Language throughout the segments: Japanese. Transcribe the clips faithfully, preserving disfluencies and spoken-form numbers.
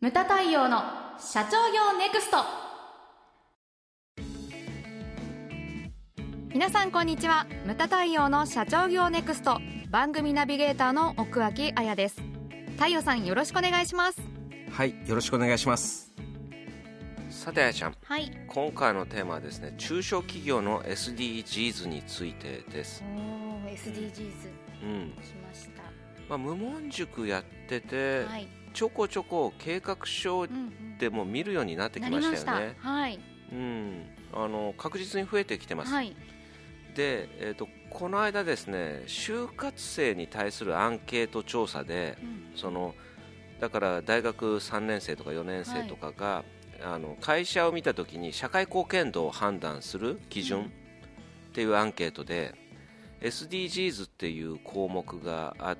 ムタ太陽の社長業ネクスト。皆さんこんにちは。ムタ太陽の社長業ネクスト番組ナビゲーターの奥脇彩です。太陽さん、よろしくお願いします。 はい、よろしくお願いします。さて、あやちゃん、 はい、 今回のテーマはですね、中小企業の エスディージーズ についてです。 おー、エスディージーズ、 うん、 来ました。 まあ、無門塾やってて、はい、ちょこちょこ計画書でも見るようになってきましたよね。 はい、 うん、あの確実に増えてきてます。 はい、 で、えーと、この間ですね、就活生に対するアンケート調査で、うん、そのだから大学さんねん生とかよねん生とかが、はい、あの会社を見たときに社会貢献度を判断する基準っていうアンケートで、うん、エスディージーズ っていう項目があって、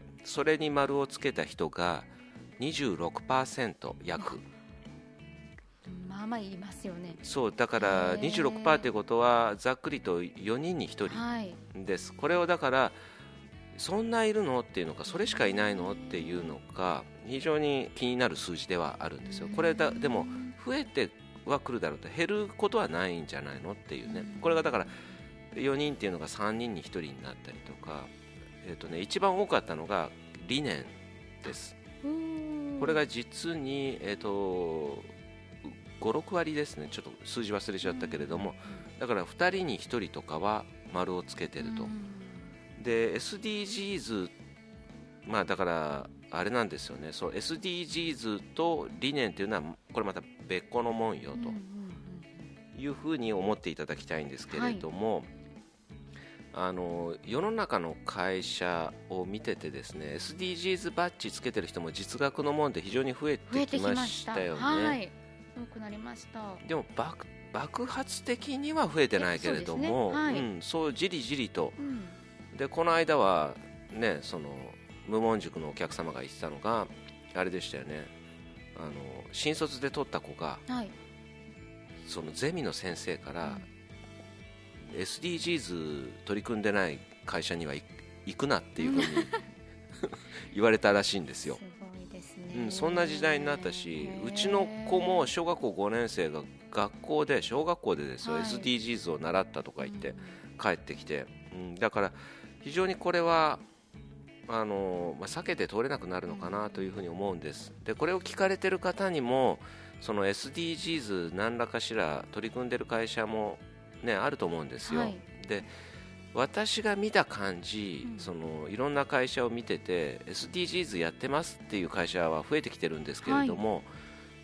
それに丸をつけた人が にじゅうろくパーセント 約。 まあまあいますよね。 そうだから にじゅうろくパーセント ということはざっくりとよにんにひとりです、はい、これをだからそんないるのっていうのか、それしかいないのっていうのか、非常に気になる数字ではあるんですよ。これだでも増えてはくるだろうと、減ることはないんじゃないのっていうね。これがだからよにんっていうのがさんにんにひとりになったりとか、えーとね、一番多かったのが理念です。これが実に、えーとご、ろく割ですね。ちょっと数字忘れちゃったけれども、だからふたりにひとりとかは丸をつけてると。で エスディージーズ、まあだからあれなんですよね。そう エスディージーズ と理念というのはこれまた別個のもんよというふうに思っていただきたいんですけれども、はい、あの世の中の会社を見ててですね、 エスディージーズ バッジつけてる人も実学のもんで非常に増えてきましたよね。 はい、多くなりました。 でも 爆, 爆発的には増えてないけれども、そう、ね、はい、うん、そうじりじりと、うん、でこの間はね、その無門塾のお客様が言ってたのがあれでしたよね。あの新卒で取った子が、はい、そのゼミの先生から、うん、エスディージーズ 取り組んでない会社には行くなっていうふうに言われたらしいんですよ。 すごいですね。 うん、そんな時代になったし、うちの子も小学校ごねん生が学校で小学校でですよ、はい、エスディージーズ を習ったとか言って帰ってきて、うん、だから非常にこれはあの、まあ、避けて通れなくなるのかなというふうに思うんです。でこれを聞かれている方にも、その エスディージーズ 何らかしら取り組んでいる会社も、ね、あると思うんですよ。はい、で私が見た感じ、うん、そのいろんな会社を見てて エスディージーズ やってますっていう会社は増えてきてるんですけれども、はい、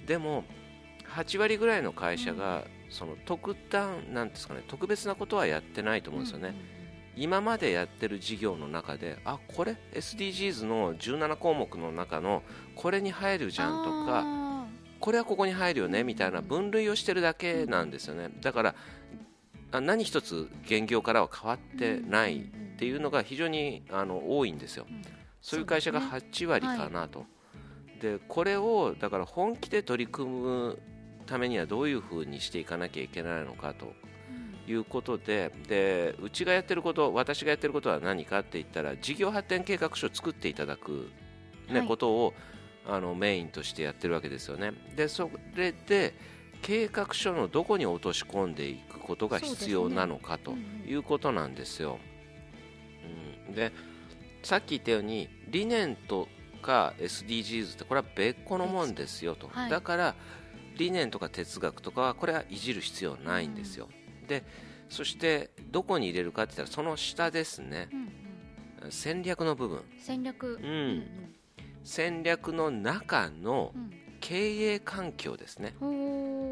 でもはち割ぐらいの会社が、うん、その特段なんですかね、特別なことはやってないと思うんですよね。うん、今までやってる事業の中で、あ、これ エスディージーズ のじゅうなな項目の中のこれに入るじゃんとか、これはここに入るよねみたいな分類をしてるだけなんですよね。だから何一つ現業からは変わってないっていうのが非常にあの多いんですよ。そういう会社がはち割かなと。でこれをだから本気で取り組むためにはどういうふうにしていかなきゃいけないのかということで、でうちがやってること、私がやってることは何かって言ったら、事業発展計画書を作っていただく、ね、はい、ことをあのメインとしてやってるわけですよね。でそれで計画書のどこに落とし込んでいくことが必要なのかということなんですよ。うん、でさっき言ったように理念とか エスディージーズ ってこれは別個のもんですよと、はい、だから理念とか哲学とかはこれはいじる必要ないんですよ。うん、でそしてどこに入れるかって言ったらその下ですね。うんうん、戦略の部分、 戦略、 うんうん、戦略の中の経営環境ですね。うん、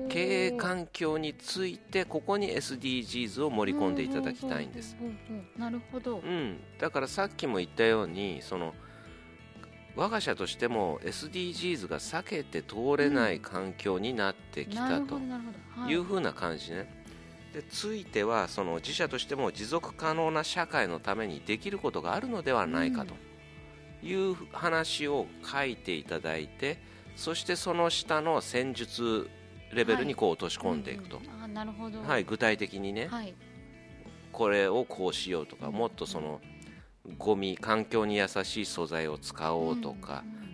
経営環境についてここに エスディージーズ を盛り込んでいただきたいんです。 なるほど、 うん、だからさっきも言ったように、その我が社としても エスディージーズ が避けて通れない環境になってきたというふうな感じね。でついてはその自社としても持続可能な社会のためにできることがあるのではないかという話を書いていただいて、そしてその下の戦術レベルにこう落とし込んでいくと、はい、うんうん、あ、なるほど、はい、具体的にね、はい、これをこうしようとか、もっとそのゴミ環境に優しい素材を使おうとか、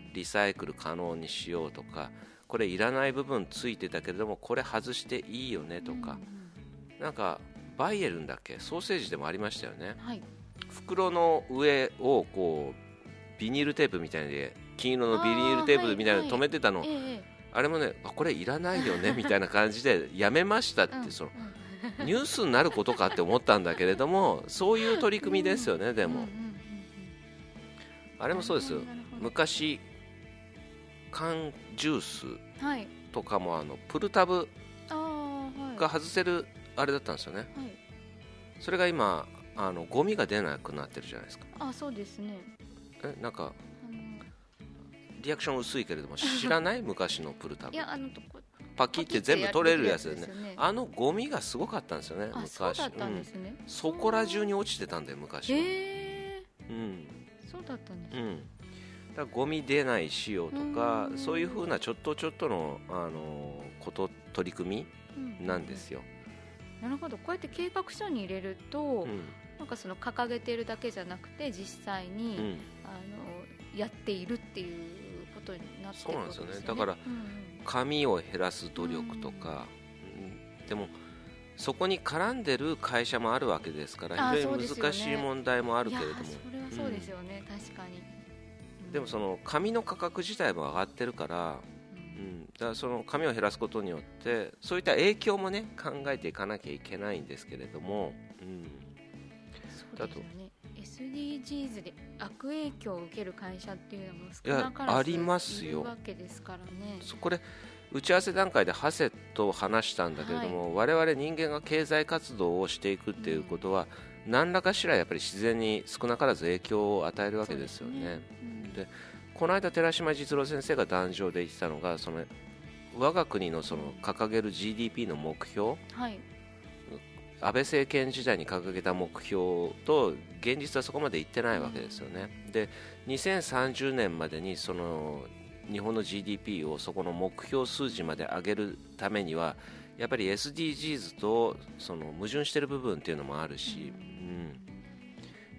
リサイクル可能にしようとか、これいらない部分ついてたけれどもこれ外していいよねとか、うんうん、なんかバイエルンだっけ、ソーセージでもありましたよね、はい、袋の上をこうビニールテープみたいで金色のビニールテープみたいなの止めてたの、あ、はいはい、あれもね、あこれいらないよねみたいな感じでやめましたって、うん、そのニュースになることかって思ったんだけれども、そういう取り組みですよね。でもあれもそうですよ、昔缶ジュースとかもあのプルタブが外せるあれだったんですよね、はい、それが今あのゴミが出なくなってるじゃないですか。 あ、そうですね。 え、なんかリアクション薄いけれども知らない昔のプルタブ。 いや、あのとこパキって全部取れるやつですね。あのゴミがすごかったんですよね、昔。 そうだったんですね、 うん、そこら中に落ちてたんだよ昔は。 へー、うん、そうだったんですね、うん、 だからゴミ出ない仕様とかそういう風なちょっとちょっとの、あのこと取り組みなんですよ、 うん、なるほど。こうやって計画書に入れると、うん、なんかその掲げてるだけじゃなくて実際に、うん、あのやっているっていうことになっているわけですよね。そうなんですよね。 だから、うん紙を減らす努力とか、うん、でもそこに絡んでる会社もあるわけですから、非常に難しい問題もあるけれども、 それはそうですよね、うん、確かに、 うん、でもその紙の価格自体も上がってるから、うん、だからその紙を減らすことによってそういった影響もね考えていかなきゃいけないんですけれども、うん、 そうですよね。 エスディージーズ で悪影響を受ける会社っていうのも少なからずいるわけですからね。 これ打ち合わせ段階でハセと話したんだけれども、はい、我々人間が経済活動をしていくっていうことは、うん、何らかしらやっぱり自然に少なからず影響を与えるわけですよね。で、ね、うん、でこの間寺島実郎先生が壇上で言ってたのが、その我が国のその掲げる ジーディーピー の目標、はい、安倍政権時代に掲げた目標と現実はそこまでいってないわけですよね、うん、でにせんさんじゅうねんまでにその日本の ジーディーピー をそこの目標数字まで上げるためにはやっぱり エスディージーズ とその矛盾している部分っていうのもあるし、うん、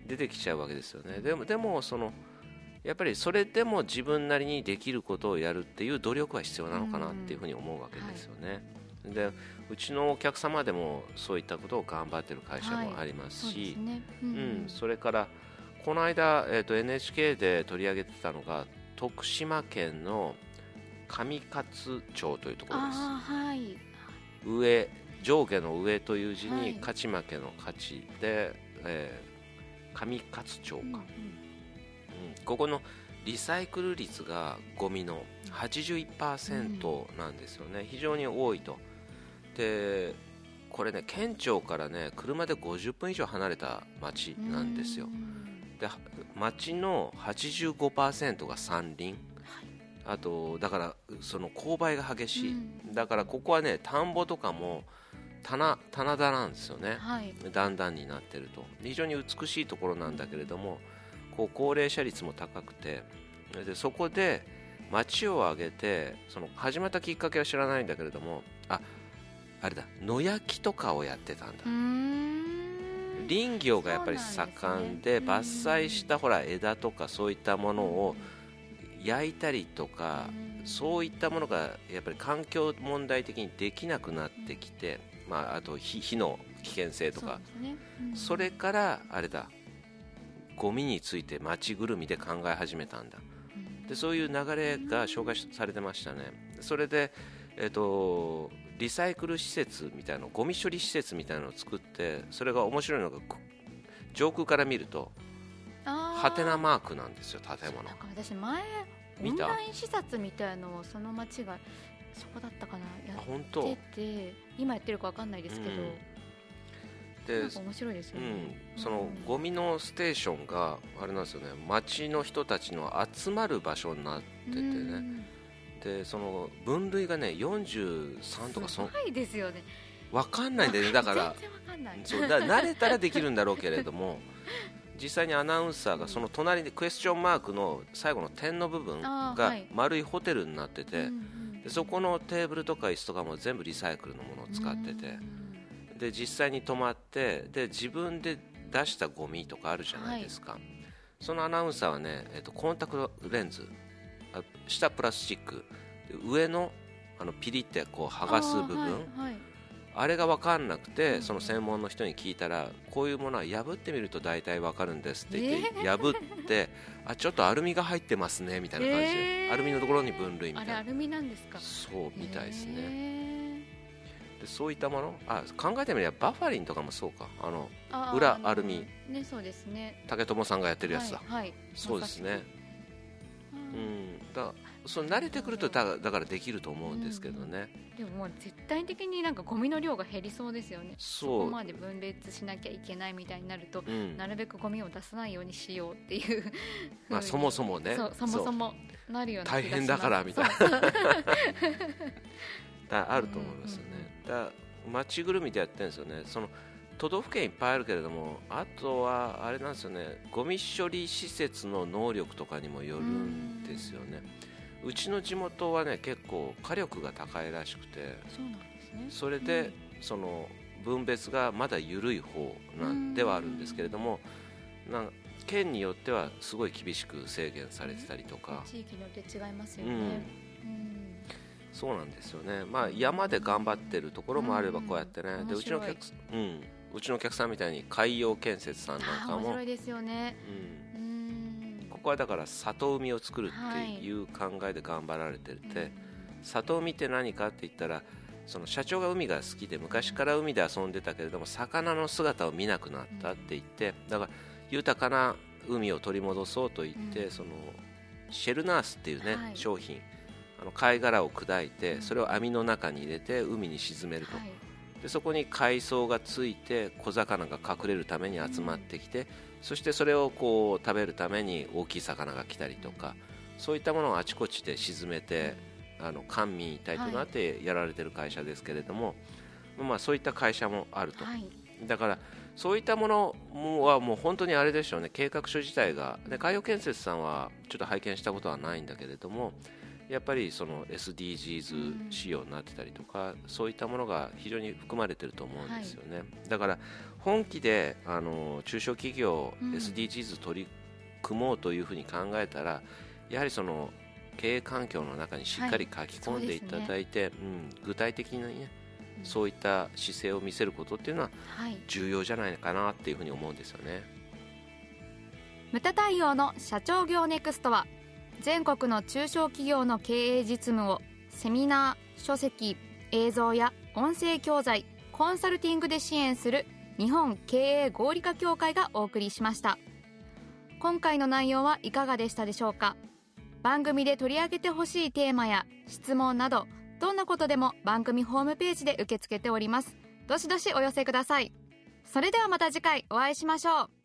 出てきちゃうわけですよね。でも、でもそのやっぱりそれでも自分なりにできることをやるっていう努力は必要なのかなっていうふうに思うわけですよね、はい、でうちのお客様でもそういったことを頑張っている会社もありますし、それからこの間、えーと、エヌエイチケー で取り上げてたのが徳島県の上勝町というところです。はい、上上下の上という字に勝ち負けの勝ちで、えー、上勝町か、うんうんうん、ここのリサイクル率がゴミの はちじゅういちパーセント なんですよね、うん、非常に多いと。でこれね県庁からね車でごじゅっぷん以上離れた町なんですよ。で町の はちじゅうごパーセント が山林、はい、あとだからその勾配が激しい、うん、だからここはね田んぼとかも棚棚田なんですよね、はい、段々になってると非常に美しいところなんだけれども、こう高齢者率も高くて、でそこで町を挙げてその始まったきっかけは知らないんだけれども、ああれだ野焼きとかをやってたんだ。うーん林業がやっぱり盛んで、伐採したほら枝とかそういったものを焼いたりとか、そういったものがやっぱり環境問題的にできなくなってきて、まあ、あと 火, 火の危険性とか そ,、ねうん、それからあれだゴミについて町ぐるみで考え始めたんだ。でそういう流れが紹介されてましたね。それで、えーとリサイクル施設みたいなゴミ処理施設みたいなのを作って、それが面白いのが上空から見るとハテナマークなんですよ、建物。 なんか私前オンライン視察みたいのをその町がそこだったかなやってて、今やってるか分かんないですけど、うん、でなんか面白いですよね、 うん、そのゴミのステーションがあれなんですよね、町の人たちの集まる場所になっててね、うんでその分類がねよんじゅうさんとかそすごいですよね。 分かんないんでね、だから全然分かんないそうだ慣れたらできるんだろうけれども実際にアナウンサーがその隣でクエスチョンマークの最後の点の部分が丸いホテルになってて、でそこのテーブルとか椅子とかも全部リサイクルのものを使ってて、で実際に泊まってで自分で出したゴミとかあるじゃないですか、はい、そのアナウンサーはね、えっと、コンタクトレンズ下プラスチック、上のあのピリってこう剥がす部分、あ,、はいはい、あれが分かんなくて、その専門の人に聞いたら、こういうものは破ってみると大体分かるんですって言って、えー、破ってあちょっとアルミが入ってますねみたいな感じで、えー、アルミのところに分類みたいな。 あれアルミなんですか。 そうみたいですね、えー、でそういったもの、あ考えてみればバファリンとかもそうか、あのあ裏アルミ、 ね、そうですね、 竹友さんがやってるやつだ、 はいはい、 そうですね、うん、だそう慣れてくると だ, だからできると思うんですけどね、 うん、でももう絶対的になんかゴミの量が減りそうですよね。 そ, そこまで分別しなきゃいけないみたいになると、うん、なるべくゴミを出さないようにしようっていうまあそもそもね、 そうそもそもなるような気がします。 大変だからみたいなだあると思いますよね、うんうん、だ町ぐるみでやってるんですよね。その都道府県いっぱいあるけれども、あとはあれなんですよね、ゴミ処理施設の能力とかにもよるんですよね。うちの地元はね結構火力が高いらしくて、 そうなんですね。 それで、うん、その分別がまだ緩い方なんではあるんですけれども、なん県によってはすごい厳しく制限されてたりとか、 地域によって違いますよね、 うんうん、 そうなんですよね。まあ山で頑張ってるところもあればこうやってね、うん、でうちのお客、うん、うちのお客さんみたいに海洋建設さんなんかも面白いですよね、 うん、ここはだから里海を作るっていう考えで頑張られてて、はい、里海って何かって言ったら、その社長が海が好きで昔から海で遊んでたけれども魚の姿を見なくなったって言って、だから豊かな海を取り戻そうと言って、うん、そのシェルナースっていうね、はい、商品、あの貝殻を砕いてそれを網の中に入れて海に沈めると、はい、でそこに海藻がついて小魚が隠れるために集まってきて、うん、そしてそれをこう食べるために大きい魚が来たりとか、そういったものをあちこちで沈めて、あの官民一体となってやられてる会社ですけれども、はい、まあ、そういった会社もあると、はい、だからそういったものはもう本当にあれでしょうね、計画書自体が、ね、海洋建設さんはちょっと拝見したことはないんだけれども、やっぱりその エスディージーズ 仕様になってたりとか、うん、そういったものが非常に含まれてると思うんですよね、はい、だから本気であの中小企業、うん、エスディージーズ 取り組もうというふうに考えたら、やはりその経営環境の中にしっかり書き込んでいただいて、はい、うん、具体的な、ね、そういった姿勢を見せることっていうのは重要じゃないかなっていうふうに思うんですよね。 ムタ太陽の社長業ネクストは、全国の中小企業の経営実務をセミナー、書籍、映像や音声教材、コンサルティングで支援する日本経営合理化協会がお送りしました。今回の内容はいかがでしたでしょうか。番組で取り上げてほしいテーマや質問など、どんなことでも番組ホームページで受け付けております。どしどしお寄せください。それではまた次回お会いしましょう。